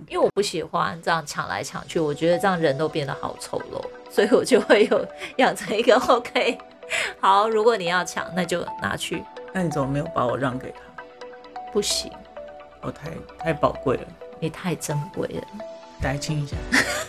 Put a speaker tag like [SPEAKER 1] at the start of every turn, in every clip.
[SPEAKER 1] 因为我不喜欢这样抢来抢去，我觉得这样人都变得好丑陋，所以我就会有养成一个 OK， 好，如果你要抢，那就拿去。
[SPEAKER 2] 那你怎么没有把我让给他？
[SPEAKER 1] 不行，
[SPEAKER 2] 我太宝贵了，
[SPEAKER 1] 你太珍贵了。
[SPEAKER 2] 来亲一下。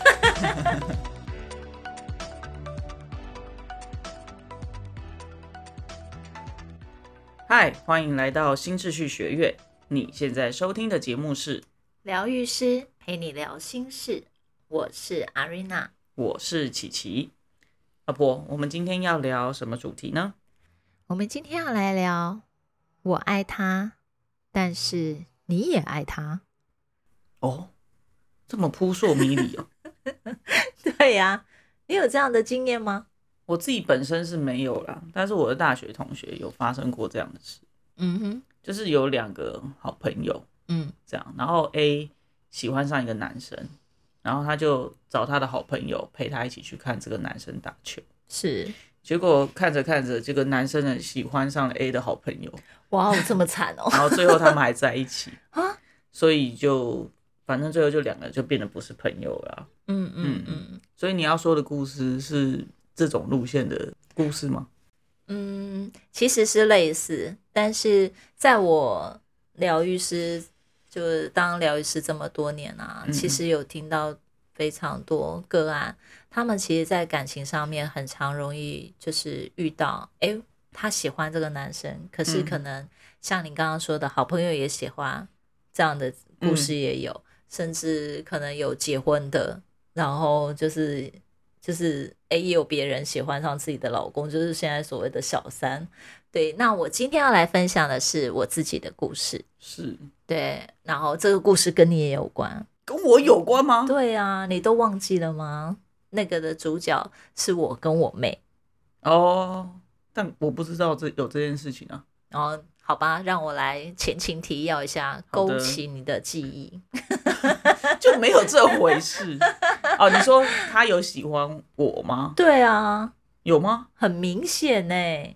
[SPEAKER 2] 嗨，欢迎来到新秩序学院。你现在收听的节目是
[SPEAKER 1] 疗愈师陪你聊心事，我是阿瑞娜，
[SPEAKER 2] 我是琪琪。阿婆，我们今天要聊什么主题呢？
[SPEAKER 1] 我们今天要来聊我爱他，但是你也爱他。
[SPEAKER 2] 哦，这么扑朔迷离哦。
[SPEAKER 1] 对呀，你有这样的经验吗？
[SPEAKER 2] 我自己本身是没有啦，但是我的大学同学有发生过这样的事。就是有2个好朋友，这样，然后 A 喜欢上一个男生，然后他就找他的好朋友陪他一起去看这个男生打球。
[SPEAKER 1] 是，
[SPEAKER 2] 结果看着看着，这个男生呢喜欢上了 A 的好朋友。
[SPEAKER 1] 哇，这么惨哦！
[SPEAKER 2] 然后最后他们还在一起所以就反正最后就2个就变得不是朋友了。所以你要说的故事是这种路线的故事吗？
[SPEAKER 1] 其实是类似，但是在我疗愈师就是当疗愈师这么多年啊，其实有听到非常多个案，他们其实在感情上面很常容易就是遇到他喜欢这个男生，可是可能像你刚刚说的好朋友也喜欢，这样的故事也有，甚至可能有结婚的，然后就是也有别人喜欢上自己的老公，就是现在所谓的小三。对，那我今天要来分享的是我自己的故事。
[SPEAKER 2] 是，
[SPEAKER 1] 对，然后这个故事跟你也有关。
[SPEAKER 2] 跟我有关吗？
[SPEAKER 1] 对啊，你都忘记了吗？那个的主角是我跟我妹。
[SPEAKER 2] 但我不知道有这件事情啊。
[SPEAKER 1] 好吧，让我来前情提要一下，勾起你的记忆。
[SPEAKER 2] 就没有这回事你说他有喜欢我吗？
[SPEAKER 1] 对啊，
[SPEAKER 2] 有吗？
[SPEAKER 1] 很明显欸。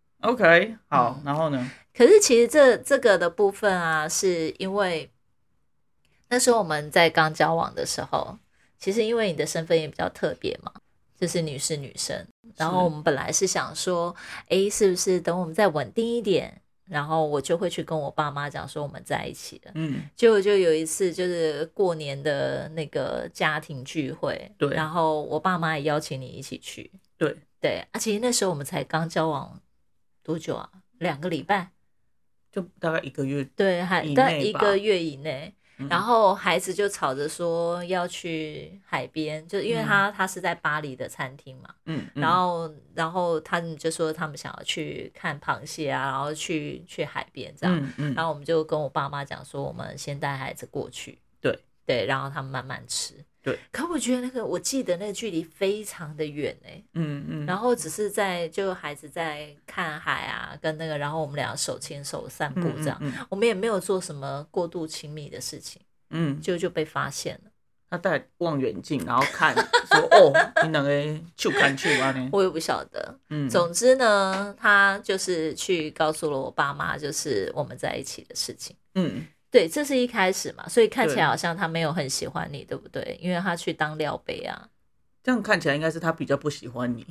[SPEAKER 2] OK， 好，然后呢？
[SPEAKER 1] 可是其实这个的部分啊，是因为那时候我们在刚交往的时候，其实因为你的身份也比较特别嘛，就是女士女生，然后我们本来是想说，是不是等我们再稳定一点，然后我就会去跟我爸妈讲说我们在一起了。结果就有一次就是过年的那个家庭聚会，
[SPEAKER 2] 对，
[SPEAKER 1] 然后我爸妈也邀请你一起去。对，其实那时候我们才刚交往多久啊？2个礼拜，
[SPEAKER 2] 就大概1个月，
[SPEAKER 1] 对，大概1个月以内。然后孩子就吵着说要去海边，就因为他是在巴黎的餐厅嘛，然后他们就说他们想要去看螃蟹啊，然后去海边这样，然后我们就跟我爸妈讲说，我们先带孩子过去，对，然后他们慢慢吃。对，可我觉得我记得那个距离非常的远然后只是就孩子在看海啊，跟然后我们俩手牵手散步这样，我们也没有做什么过度亲密的事情，就被发现了。
[SPEAKER 2] 他戴望远镜，然后看说你两个去看去吗？
[SPEAKER 1] 我也不晓得，总之呢，他就是去告诉了我爸妈，就是我们在一起的事情。对，这是一开始嘛，所以看起来好像他没有很喜欢你，对不对？因为他去当料杯啊。
[SPEAKER 2] 这样看起来应该是他比较不喜欢你。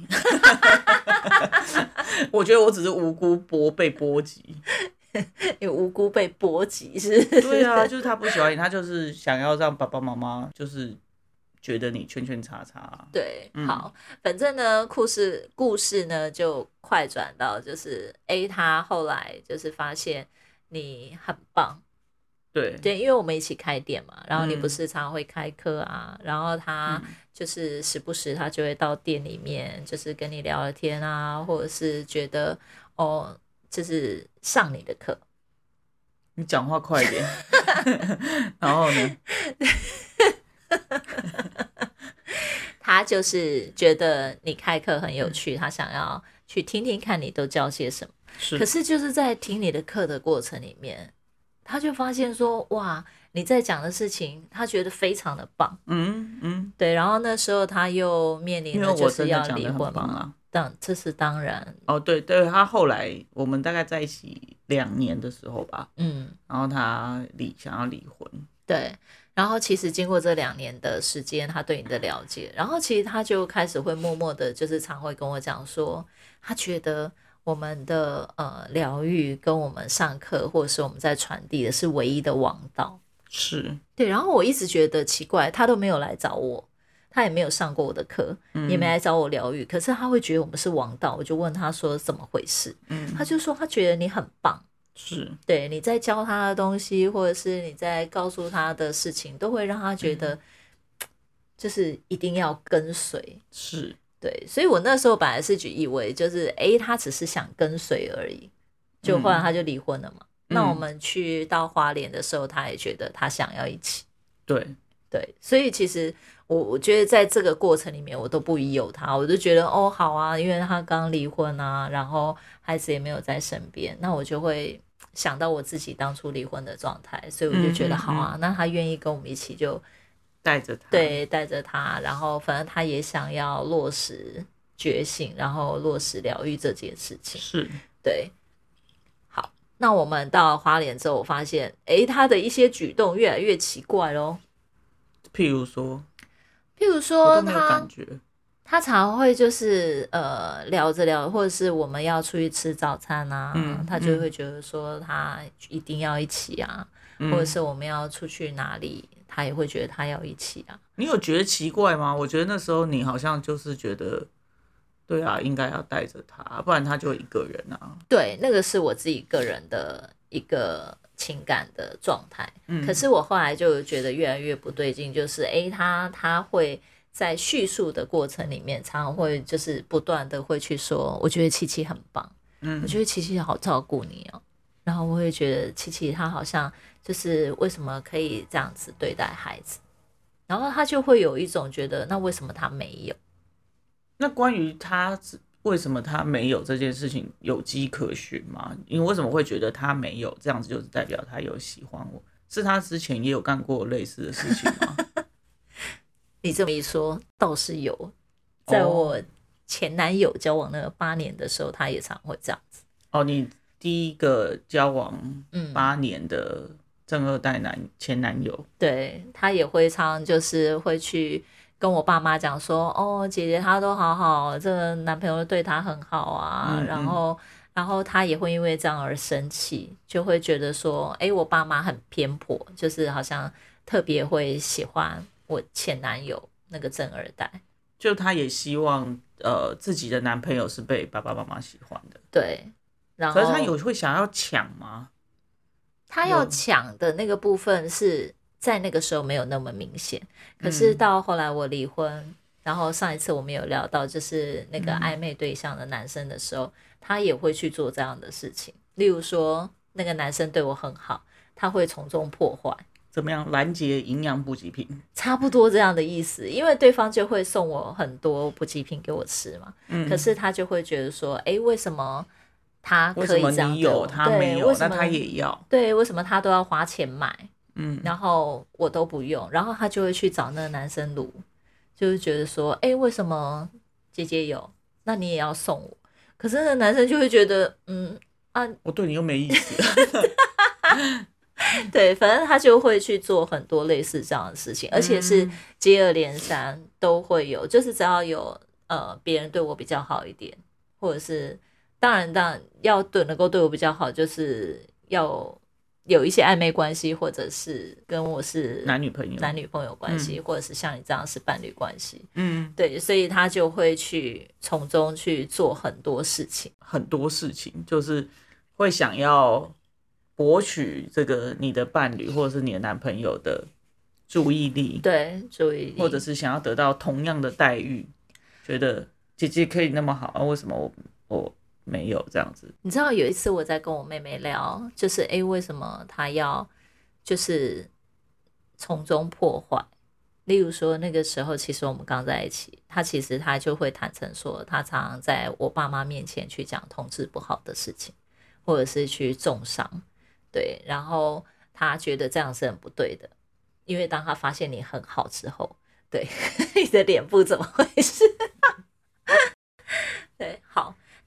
[SPEAKER 2] 我觉得我只是无辜被波及。
[SPEAKER 1] 你无辜被波及是？
[SPEAKER 2] 对啊，就是他不喜欢你，他就是想要让爸爸妈妈就是觉得你圈圈叉叉。
[SPEAKER 1] 对，好，反正呢，故事呢就快转到就是他后来就是发现你很棒。对，因为我们一起开店嘛，然后你不是常常会开课啊，然后他就是时不时他就会到店里面，就是跟你聊聊天啊，或者是觉得就是上你的课。
[SPEAKER 2] 你讲话快一点。然后呢？
[SPEAKER 1] 他就是觉得你开课很有趣，他想要去听听看你都教些什么。可是就是在听你的课的过程里面，他就发现说，哇，你在讲的事情他觉得非常的棒。对，然后那时候他又面临了就是要离婚嘛。这是当然。
[SPEAKER 2] 对，他后来我们大概在一起2年的时候吧，然后他想要离婚。
[SPEAKER 1] 对， 然后其实经过这2年的时间，他对你的了解，然后其实他就开始会默默的，就是常会跟我讲说，他觉得我们的疗愈跟我们上课或者是我们在传递的是唯一的王道。
[SPEAKER 2] 是，
[SPEAKER 1] 对，然后我一直觉得奇怪，他都没有来找我，他也没有上过我的课，也没来找我疗愈，可是他会觉得我们是王道。我就问他说怎么回事，他就说他觉得你很棒，
[SPEAKER 2] 是，
[SPEAKER 1] 对，你在教他的东西或者是你在告诉他的事情，都会让他觉得就是一定要跟随。
[SPEAKER 2] 是，
[SPEAKER 1] 对，所以我那时候本来是以为就是他只是想跟随而已，就后来他就离婚了嘛。那我们去到花莲的时候，他也觉得他想要一起。
[SPEAKER 2] 对
[SPEAKER 1] 对，所以其实我觉得在这个过程里面，我都不疑有他，我就觉得哦好啊，因为他刚离婚啊，然后孩子也没有在身边，那我就会想到我自己当初离婚的状态，所以我就觉得好啊，那他愿意跟我们一起就
[SPEAKER 2] 带着他，
[SPEAKER 1] 对，带着他，然后反正他也想要落实觉醒，然后落实疗愈这件事情。
[SPEAKER 2] 是，
[SPEAKER 1] 对。好，那我们到花莲之后，我发现他的一些举动越来越奇怪咯。
[SPEAKER 2] 譬如说
[SPEAKER 1] 我
[SPEAKER 2] 都没有感觉，
[SPEAKER 1] 他常会就是聊着聊，或者是我们要出去吃早餐啊，他就会觉得说他一定要一起啊，或者是我们要出去哪里，他也会觉得他要一起啊。
[SPEAKER 2] 你有觉得奇怪吗？我觉得那时候你好像就是觉得，对啊，应该要带着他，不然他就一个人啊。
[SPEAKER 1] 对，那个是我自己个人的一个情感的状态。可是我后来就觉得越来越不对劲，就是他会在叙述的过程里面，常常会就是不断的会去说，我觉得七七很棒，我觉得七七好照顾你哦。然后我会觉得七七他好像就是为什么可以这样子对待孩子，然后他就会有一种觉得那为什么他没有？
[SPEAKER 2] 那关于他为什么他没有这件事情有迹可循吗？因为为什么会觉得他没有这样子，就是代表他有喜欢我？是他之前也有干过类似的事情吗？
[SPEAKER 1] 你这么一说，倒是有，在我前男友交往那个8年的时候，他也常会这样子。
[SPEAKER 2] 哦，你第一个交往8年的正二代前男友，
[SPEAKER 1] 对，他也会常就是会去跟我爸妈讲说，哦，姐姐她都好好，这个男朋友对她很好啊，然后他也会因为这样而生气，就会觉得说，我爸妈很偏颇，就是好像特别会喜欢我前男友那个正二代，
[SPEAKER 2] 就他也希望自己的男朋友是被爸爸妈妈喜欢的。
[SPEAKER 1] 对，然后
[SPEAKER 2] 可是他会想要抢吗？
[SPEAKER 1] 他要抢的那个部分是在那个时候没有那么明显，可是到后来我离婚，然后上一次我们有聊到就是那个暧昧对象的男生的时候，他也会去做这样的事情，例如说那个男生对我很好，他会从中破坏，
[SPEAKER 2] 怎么样拦截营养补给品，
[SPEAKER 1] 差不多这样的意思，因为对方就会送我很多补给品给我吃嘛，可是他就会觉得说为什么他可以这样对我，
[SPEAKER 2] 他没有，那他也要，
[SPEAKER 1] 对，为什么他都要花钱买，然后我都不用，然后他就会去找那个男生撸，就是觉得说为什么姐姐有，那你也要送我，可是那个男生就会觉得
[SPEAKER 2] 我对你又没意思
[SPEAKER 1] 对，反正他就会去做很多类似这样的事情，而且是接二连三都会有，就是只要有别人对我比较好一点，或者是当然要能够对我比较好，就是要有一些暧昧关系，或者是跟我是
[SPEAKER 2] 男女朋友
[SPEAKER 1] 关系，或者是像你这样是伴侣关系，对，所以他就会去从中去做很多事情，
[SPEAKER 2] 就是会想要博取这个你的伴侣或者是你的男朋友的注意力，
[SPEAKER 1] 对，注意力，
[SPEAKER 2] 或者是想要得到同样的待遇，觉得姐姐可以那么好，为什么我没有这样子？
[SPEAKER 1] 你知道有一次我在跟我妹妹聊，就是为什么她要就是从中破坏？例如说那个时候其实我们刚在一起，她就会坦诚说，她常常在我爸妈面前去讲同志不好的事情，或者是去重伤，对，然后她觉得这样是很不对的，因为当她发现你很好之后，对你的脸部怎么回事？对，好。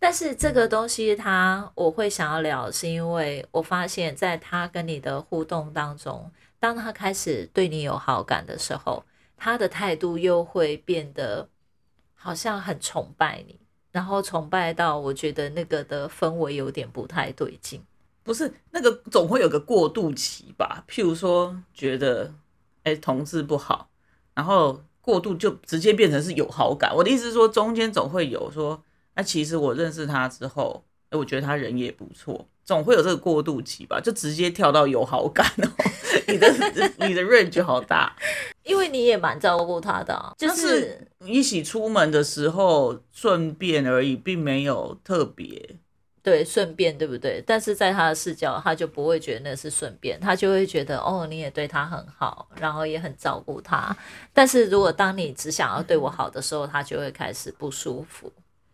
[SPEAKER 1] 但是这个东西我会想要聊，是因为我发现在他跟你的互动当中，当他开始对你有好感的时候，他的态度又会变得好像很崇拜你，然后崇拜到我觉得那个的氛围有点不太对劲。
[SPEAKER 2] 不是那个总会有个过渡期吧？譬如说觉得同志不好，然后过渡就直接变成是有好感。我的意思是说，中间总会有说，其实我认识他之后，我觉得他人也不错，总会有这个过渡期吧？就直接跳到有好感哦。你的 range 好大，
[SPEAKER 1] 因为你也蛮照顾他的啊，就是
[SPEAKER 2] 一起出门的时候顺便而已，并没有特别。
[SPEAKER 1] 对，顺便对不对？但是在他的视角，他就不会觉得那是顺便，他就会觉得你也对他很好，然后也很照顾他。但是如果当你只想要对我好的时候，他就会开始不舒服。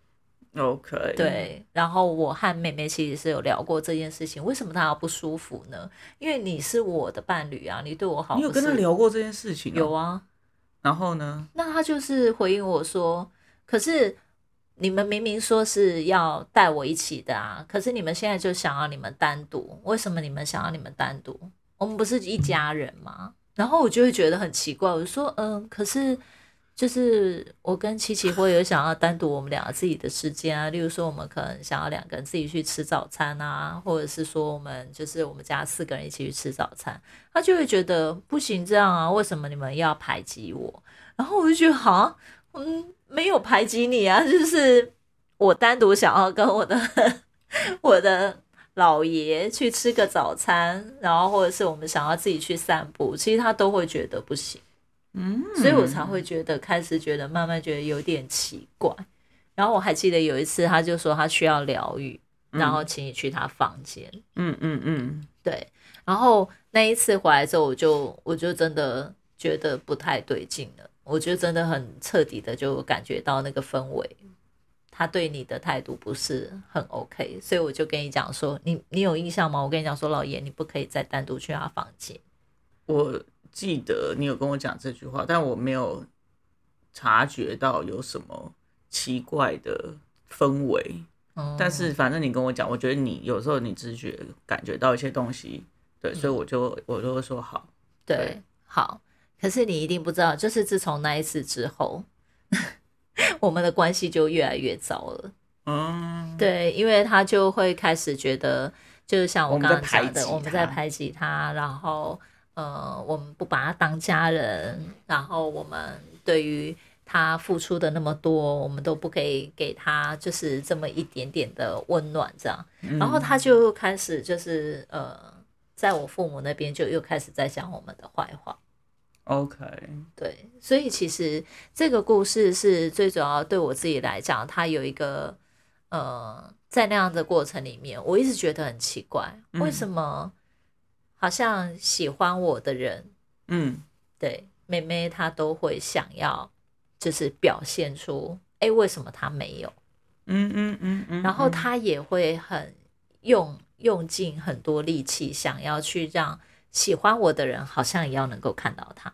[SPEAKER 2] OK，
[SPEAKER 1] 对。然后我和妹妹其实是有聊过这件事情，为什么他要不舒服呢？因为你是我的伴侣啊，你对我好。
[SPEAKER 2] 你有跟他聊过这件事情？
[SPEAKER 1] 有啊。
[SPEAKER 2] 然后呢？
[SPEAKER 1] 那他就是回应我说，可是你们明明说是要带我一起的啊，可是你们现在就想要你们单独，为什么你们想要你们单独？我们不是一家人吗？然后我就会觉得很奇怪，我就说可是就是我跟琪琪会有想要单独我们两个自己的时间啊，例如说我们可能想要两个人自己去吃早餐啊，或者是说我们家4个人一起去吃早餐，他就会觉得不行这样啊，为什么你们要排挤我？然后我就觉得好没有排挤你啊，就是我单独想要跟我的老爷去吃个早餐，然后或者是我们想要自己去散步，其实他都会觉得不行。所以我才会开始觉得慢慢觉得有点奇怪。然后我还记得有一次他就说他需要疗愈，然后请你去他房间。对。然后那一次回来之后，我就真的觉得不太对劲了，我就真的很彻底的就感觉到那个氛围，他对你的态度不是很 OK， 所以我就跟你讲说，你有印象吗？我跟你讲说，老爷你不可以再单独去他房间。
[SPEAKER 2] 我记得你有跟我讲这句话，但我没有察觉到有什么奇怪的氛围。但是反正你跟我讲，我觉得你有时候你直觉感觉到一些东西，对，所以我就会说好。
[SPEAKER 1] 对，好。可是你一定不知道，就是自从那一次之后，我们的关系就越来越糟了。对，因为他就会开始觉得，就是像我刚刚讲的，我们在排挤他，然后我们不把他当家人，然后我们对于他付出的那么多，我们都不可以给他就是这么一点点的温暖，这样。然后他就开始就是在我父母那边就又开始在讲我们的坏话。
[SPEAKER 2] OK，
[SPEAKER 1] 对，所以其实这个故事是最主要对我自己来讲，它有一个在那样的过程里面，我一直觉得很奇怪，为什么好像喜欢我的人，对，妹妹她都会想要就是表现出，为什么她没有？然后她也会很用尽很多力气，想要去让喜欢我的人好像也要能够看到他。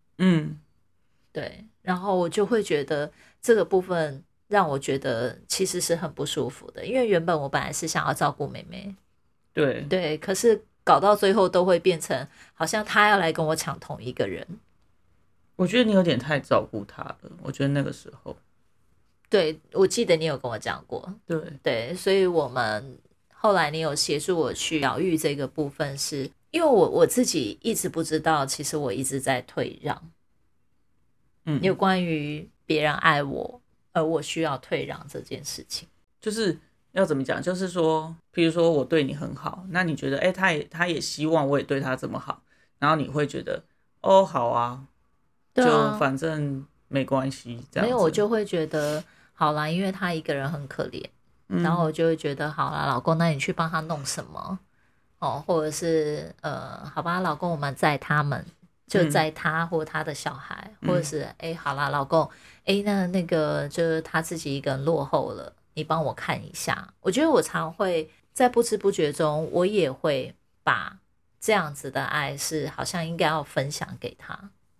[SPEAKER 1] 对，然后我就会觉得这个部分让我觉得其实是很不舒服的，因为原本我本来是想要照顾妹妹，对，可是搞到最后都会变成好像他要来跟我抢同一个人。
[SPEAKER 2] 我觉得你有点太照顾他了，我觉得那个时候。
[SPEAKER 1] 对，我记得你有跟我讲过。对，所以我们后来你有协助我去疗愈这个部分，是因为我自己一直不知道，其实我一直在退让。有关于别人爱我而我需要退让这件事情，
[SPEAKER 2] 就是要怎么讲？就是说，比如说我对你很好，那你觉得他也希望我也对他这么好，然后你会觉得好啊，就反正没关系这样子。
[SPEAKER 1] 没有，我就会觉得好啦，因为他一个人很可怜，然后我就会觉得好啦，老公，那你去帮他弄什么或者是好吧，老公，我们载他们。就在他或他的小孩，或者是好啦，老公，那个就是他自己一个人落后了，你帮我看一下。我觉得我常会在不知不觉中，我也会把这样子的爱是好像应该要分享给他。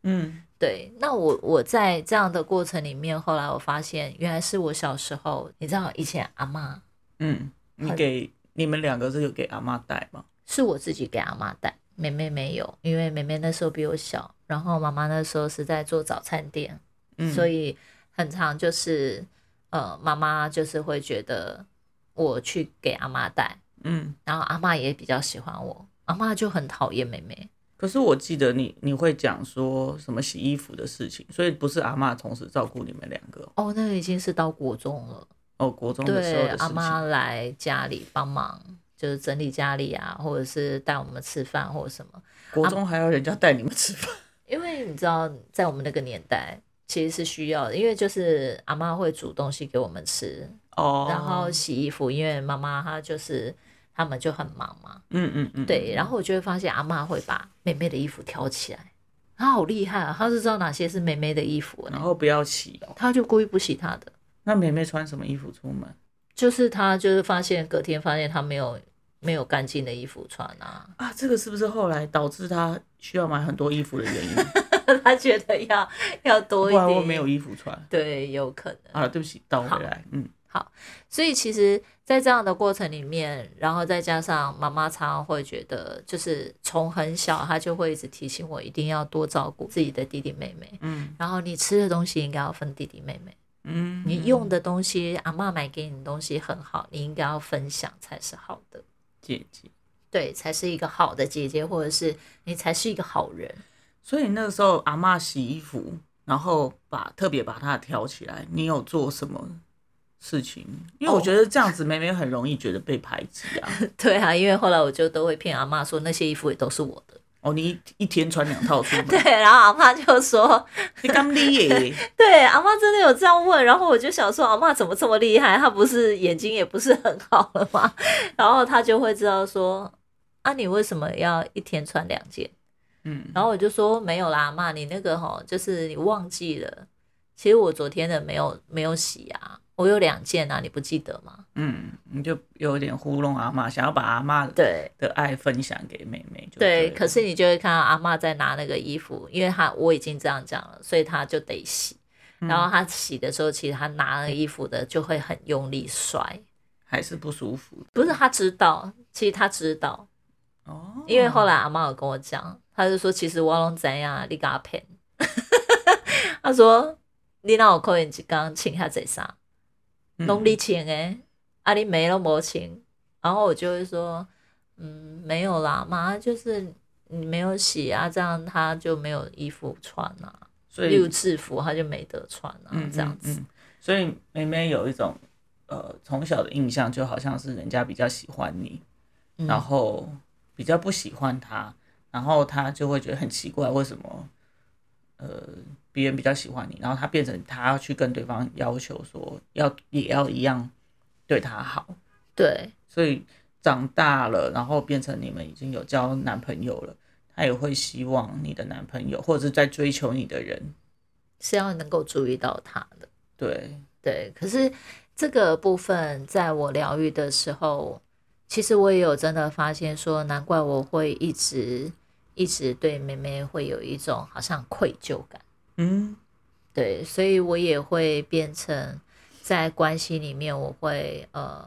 [SPEAKER 1] 对，那我在这样的过程里面，后来我发现原来是我小时候，你知道以前阿嬷，
[SPEAKER 2] 你们2个是有给阿嬷带吗？
[SPEAKER 1] 是我自己给阿嬷带，妹妹没有，因为妹妹那时候比我小，然后妈妈那时候是在做早餐店，所以很常就是妈妈就是会觉得我去给阿嬷带，然后阿嬷也比较喜欢我，阿嬷就很讨厌妹妹。
[SPEAKER 2] 可是我记得你会讲说什么洗衣服的事情，所以不是阿嬷同时照顾你们2个
[SPEAKER 1] 哦，那个已经是到国中了。
[SPEAKER 2] 国中的时候的事情。对，
[SPEAKER 1] 阿嬷来家里帮忙，就是整理家里啊，或者是带我们吃饭或者什么。
[SPEAKER 2] 国中还要人家带你们吃饭？
[SPEAKER 1] 因为你知道，在我们那个年代，其实是需要的，因为就是阿嬷会煮东西给我们吃，然后洗衣服，因为妈妈她就是他们就很忙嘛，对，然后我就会发现阿嬷会把妹妹的衣服挑起来，她好厉害啊，她是知道哪些是妹妹的衣服，
[SPEAKER 2] 然后不要洗哦，
[SPEAKER 1] 她就故意不洗她的。
[SPEAKER 2] 那妹妹穿什么衣服出门？
[SPEAKER 1] 就是她就是隔天发现她没有干净的衣服穿啊，
[SPEAKER 2] 这个是不是后来导致她需要买很多衣服的原因？
[SPEAKER 1] 她觉得要多一点，
[SPEAKER 2] 不然我没有衣服穿。
[SPEAKER 1] 对，有可能。
[SPEAKER 2] 对不起，倒回来。
[SPEAKER 1] 好，所以其实在这样的过程里面，然后再加上妈妈常常会觉得，就是从很小她就会一直提醒我一定要多照顾自己的弟弟妹妹，然后你吃的东西应该要分弟弟妹妹，你用的东西阿嬷买给你的东西很好，你应该要分享才是好的
[SPEAKER 2] 姐姐，
[SPEAKER 1] 对，才是一个好的姐姐，或者是你才是一个好人。
[SPEAKER 2] 所以那个时候阿嬷洗衣服，然后特别把它挑起来，你有做什么事情？因为我觉得这样子妹妹很容易觉得被排挤啊。
[SPEAKER 1] 对啊，因为后来我就都会骗阿嬷说那些衣服也都是我的。
[SPEAKER 2] 你一天穿2套出门？
[SPEAKER 1] 对，然后阿嬷就说：“
[SPEAKER 2] 你干厉耶？”
[SPEAKER 1] 对，阿嬷真的有这样问，然后我就想说，阿嬷怎么这么厉害？她不是眼睛也不是很好了吗？然后她就会知道说：“你为什么要一天穿2件？”然后我就说：“没有啦，阿嬷，你那个就是你忘记了。其实我昨天的没有洗啊，我有2件啊，你不记得吗？”
[SPEAKER 2] 你就有点糊弄阿嬷，想要把阿嬷的爱分享给妹妹。
[SPEAKER 1] 对，可是你就会看到阿嬷在拿那个衣服，因为我已经这样讲了，所以她就得洗。然后她洗的时候，其实她拿那个衣服的就会很用力甩，
[SPEAKER 2] 还是不舒服。
[SPEAKER 1] 不是她知道，其实她知道。因为后来阿嬷有跟我讲，她就说其实我都知道你给她骗。她说你哪有可能一天穿那么多衫，都你穿的，你妹都没穿。然后我就会说没有啦，妈，就是你没有洗啊，这样她就没有衣服穿啊，所以例如制服她就没得穿啊，这样子。
[SPEAKER 2] 所以妹妹有一种从小的印象，就好像是人家比较喜欢你，然后比较不喜欢她，然后她就会觉得很奇怪，为什么别人比较喜欢你，然后她变成她要去跟对方要求说也要一样对她好。
[SPEAKER 1] 对，
[SPEAKER 2] 所以长大了，然后变成你们已经有交男朋友了，她也会希望你的男朋友或者是在追求你的人
[SPEAKER 1] 是要能够注意到他的。
[SPEAKER 2] 对，
[SPEAKER 1] 可是这个部分在我疗愈的时候，其实我也有真的发现说，难怪我会一直对妹妹会有一种好像愧疚感。对，所以我也会变成在关系里面，我会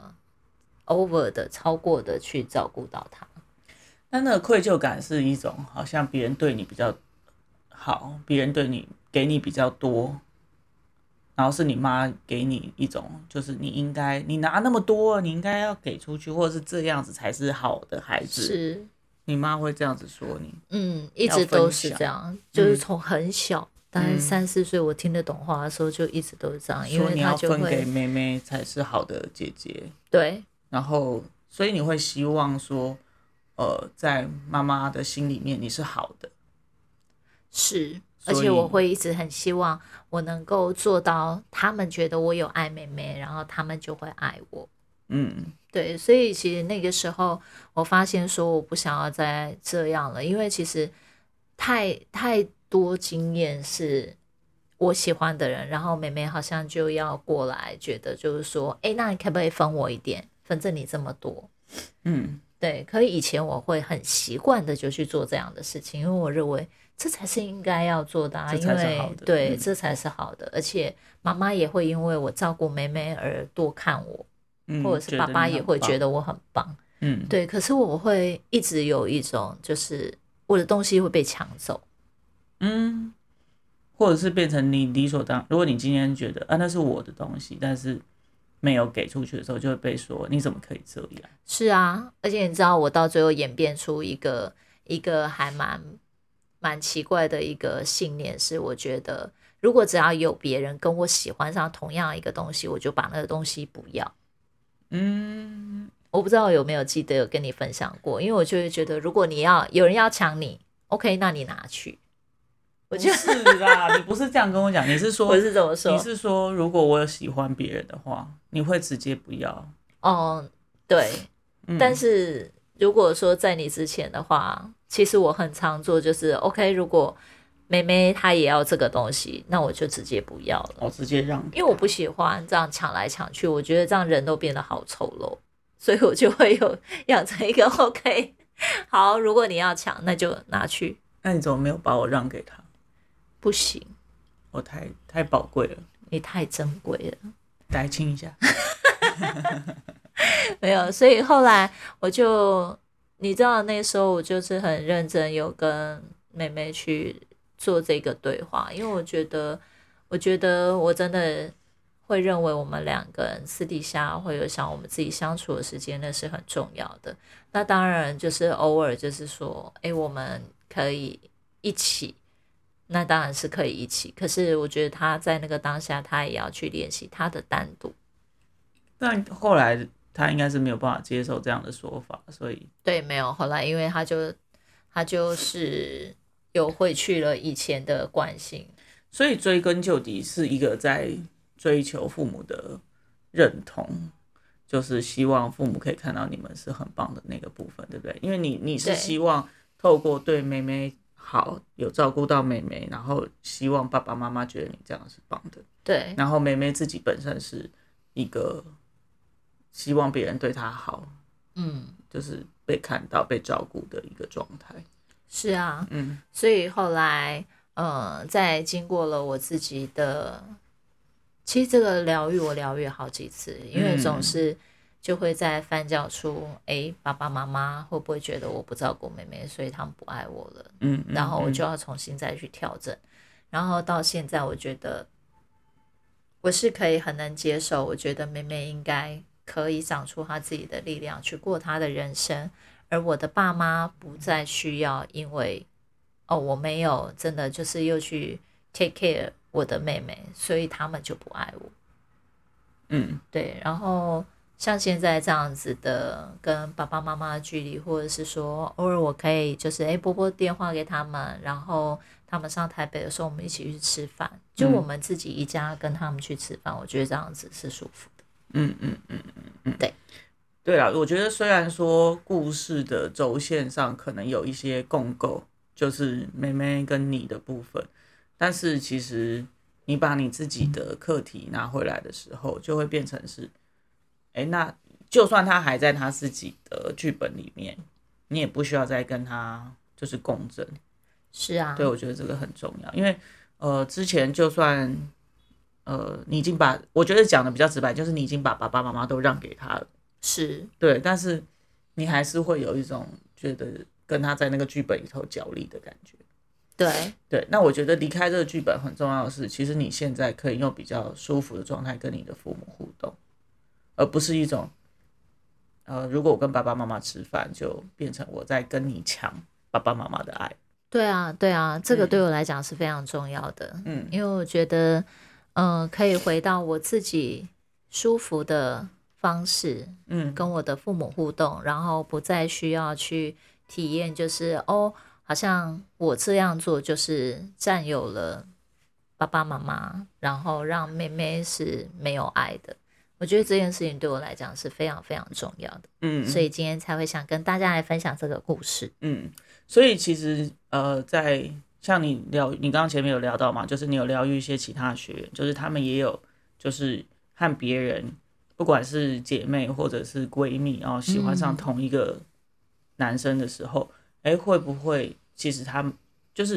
[SPEAKER 1] over 的超过的去照顾到她。
[SPEAKER 2] 那个愧疚感是一种好像别人对你比较好，别人给你比较多，然后是你妈给你一种就是你拿那么多，你应该要给出去，或者是这样子才是好的孩子。
[SPEAKER 1] 是
[SPEAKER 2] 你妈会这样子说你？
[SPEAKER 1] 一直都是这样，就是从很小。大概3、4岁，我听得懂话的时候，就一直都是这样，因为他就会
[SPEAKER 2] 说你要分给妹妹才是好的姐姐。
[SPEAKER 1] 对，
[SPEAKER 2] 然后所以你会希望说，在妈妈的心里面你是好的，
[SPEAKER 1] 是，而且我会一直很希望我能够做到，他们觉得我有爱妹妹，然后他们就会爱我。对，所以其实那个时候我发现说，我不想要再这样了，因为其实太多经验是我喜欢的人，然后妹妹好像就要过来，觉得就是说，那你可不可以分我一点？反正你这么多，对。可是以前我会很习惯的就去做这样的事情，因为我认为这才是应该要做的啊，
[SPEAKER 2] 这才是好的，
[SPEAKER 1] 对，这才是好的，而且妈妈也会因为我照顾妹妹而多看我，或者是爸爸也会觉得我很棒，对。可是我会一直有一种就是我的东西会被抢走，
[SPEAKER 2] 或者是变成你理所当然。如果你今天觉得那是我的东西，但是没有给出去的时候，就会被说你怎么可以这样？
[SPEAKER 1] 是啊，而且你知道我到最后演变出一个还蛮奇怪的一个信念，是我觉得如果只要有别人跟我喜欢上同样一个东西，我就把那个东西不要。我不知道有没有记得有跟你分享过，因为我就会觉得如果有人要抢你 OK， 那你拿去。
[SPEAKER 2] 不是啦，你不是这样跟我讲，你是说
[SPEAKER 1] 我是怎么说？
[SPEAKER 2] 你是说如果我有喜欢别人的话，你会直接不要？
[SPEAKER 1] 对。但是如果说在你之前的话，其实我很常做就是 OK， 如果妹妹她也要这个东西，那我就直接不要了，
[SPEAKER 2] 直接让，
[SPEAKER 1] 因为我不喜欢这样抢来抢去，我觉得这样人都变得好丑陋，所以我就会养成一个 OK， 好，如果你要抢，那就拿去。
[SPEAKER 2] 那你怎么没有把我让给他？
[SPEAKER 1] 不行，
[SPEAKER 2] 我太宝贵了，
[SPEAKER 1] 你太珍贵了，
[SPEAKER 2] 来亲一下。
[SPEAKER 1] 没有，所以后来你知道那时候我就是很认真有跟妹妹去做这个对话，因为我觉得我真的会认为我们两个人私底下会有想我们自己相处的时间，那是很重要的。那当然就是偶尔就是说我们可以一起，那当然是可以一起，可是我觉得他在那个当下他也要去练习他的单独。
[SPEAKER 2] 但后来他应该是没有办法接受这样的说法，所以
[SPEAKER 1] 对，没有。后来因为他就是有回去了以前的惯性，
[SPEAKER 2] 所以追根究底是一个在追求父母的认同，就是希望父母可以看到你们是很棒的那个部分，对不对？因为你是希望透过对妹妹好，有照顾到妹妹，然后希望爸爸妈妈觉得你这样是棒的，
[SPEAKER 1] 对。
[SPEAKER 2] 然后妹妹自己本身是一个希望别人对她好，就是被看到、被照顾的一个状态。
[SPEAKER 1] 是啊，所以后来，在经过了我自己的，其实这个疗愈我疗愈好几次，因为总是就会在翻搅出，爸爸妈妈会不会觉得我不照顾妹妹，所以他们不爱我了？然后我就要重新再去调整，然后到现在，我觉得我是可以很能接受，我觉得妹妹应该可以长出她自己的力量，去过她的人生。而我的爸妈不再需要因为我没有真的就是又去 take care 我的妹妹，所以他们就不爱我。对。然后像现在这样子的跟爸爸妈妈的距离，或者是说偶尔我可以就是拨拨电话给他们，然后他们上台北的时候我们一起去吃饭，就我们自己一家跟他们去吃饭，我觉得这样子是舒服的。对。
[SPEAKER 2] 对啦，我觉得虽然说故事的轴线上可能有一些共构，就是妹妹跟你的部分，但是其实你把你自己的课题拿回来的时候，就会变成是，那就算他还在他自己的剧本里面，你也不需要再跟他就是共振。
[SPEAKER 1] 是啊，
[SPEAKER 2] 对，我觉得这个很重要，因为之前就算你已经把，我觉得讲的比较直白，就是你已经把爸爸妈妈都让给他了。
[SPEAKER 1] 是，
[SPEAKER 2] 对，但是你还是会有一种觉得跟他在那个剧本里头角力的感觉。对，那我觉得离开这个剧本很重要的是，其实你现在可以用比较舒服的状态跟你的父母互动，而不是一种如果我跟爸爸妈妈吃饭，就变成我在跟你抢爸爸妈妈的爱。
[SPEAKER 1] 对啊，这个对我来讲是非常重要的。因为我觉得可以回到我自己舒服的方式，跟我的父母互动，然后不再需要去体验，就是好像我这样做就是占有了爸爸妈妈，然后让妹妹是没有爱的。我觉得这件事情对我来讲是非常非常重要的，所以今天才会想跟大家来分享这个故事。
[SPEAKER 2] 所以其实在像你刚刚前面有聊到嘛，就是你有疗愈一些其他的学员，就是他们也有就是和别人。不管是姐妹或者是闺蜜喜欢上同一个男生的时候，会不会其实他们就是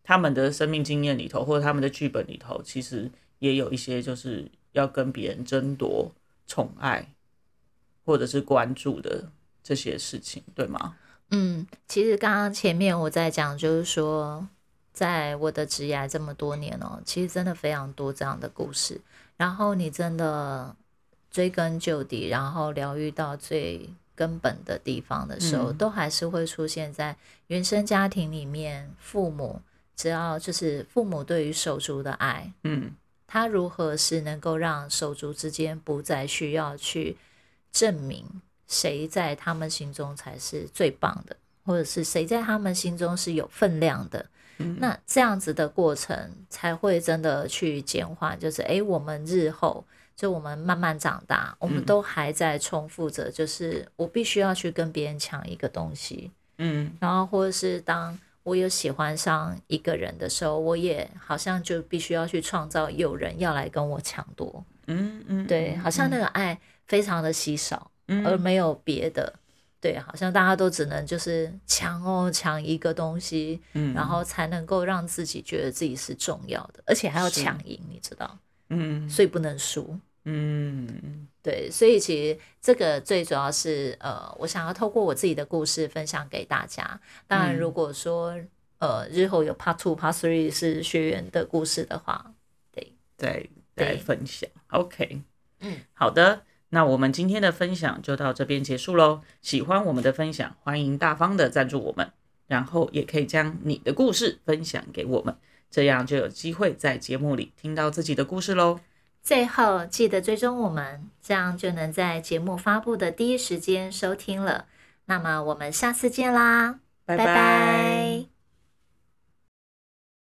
[SPEAKER 2] 他们的生命经验里头，或者他们的剧本里头，其实也有一些就是要跟别人争夺宠爱或者是关注的这些事情，对吗？
[SPEAKER 1] 其实刚刚前面我在讲，就是说，在我的职涯这么多年其实真的非常多这样的故事。然后你真的追根究底，然后疗愈到最根本的地方的时候，都还是会出现在原生家庭里面，父母只要就是父母对于手足的爱，他如何是能够让手足之间不再需要去证明谁在他们心中才是最棒的，或者是谁在他们心中是有分量的。那这样子的过程才会真的去简化，就是我们日后就我们慢慢长大，我们都还在重复着，就是我必须要去跟别人抢一个东西，然后或者是当我有喜欢上一个人的时候，我也好像就必须要去创造有人要来跟我抢夺，对，好像那个爱非常的稀少，而没有别的。对，好像大家都只能就是抢一个东西，然后才能够让自己觉得自己是重要的，而且还要抢赢，你知道，所以不能输，对，所以其实这个最主要是我想要透过我自己的故事分享给大家。当然，如果说日后有 Part 2、Part 3是学员的故事的话，对，
[SPEAKER 2] 再分享。OK，好的。那我们今天的分享就到这边结束咯。喜欢我们的分享，欢迎大方的赞助我们，然后也可以将你的故事分享给我们，这样就有机会在节目里听到自己的故事咯。
[SPEAKER 1] 最后记得追踪我们，这样就能在节目发布的第一时间收听了。那么我们下次见啦，拜拜。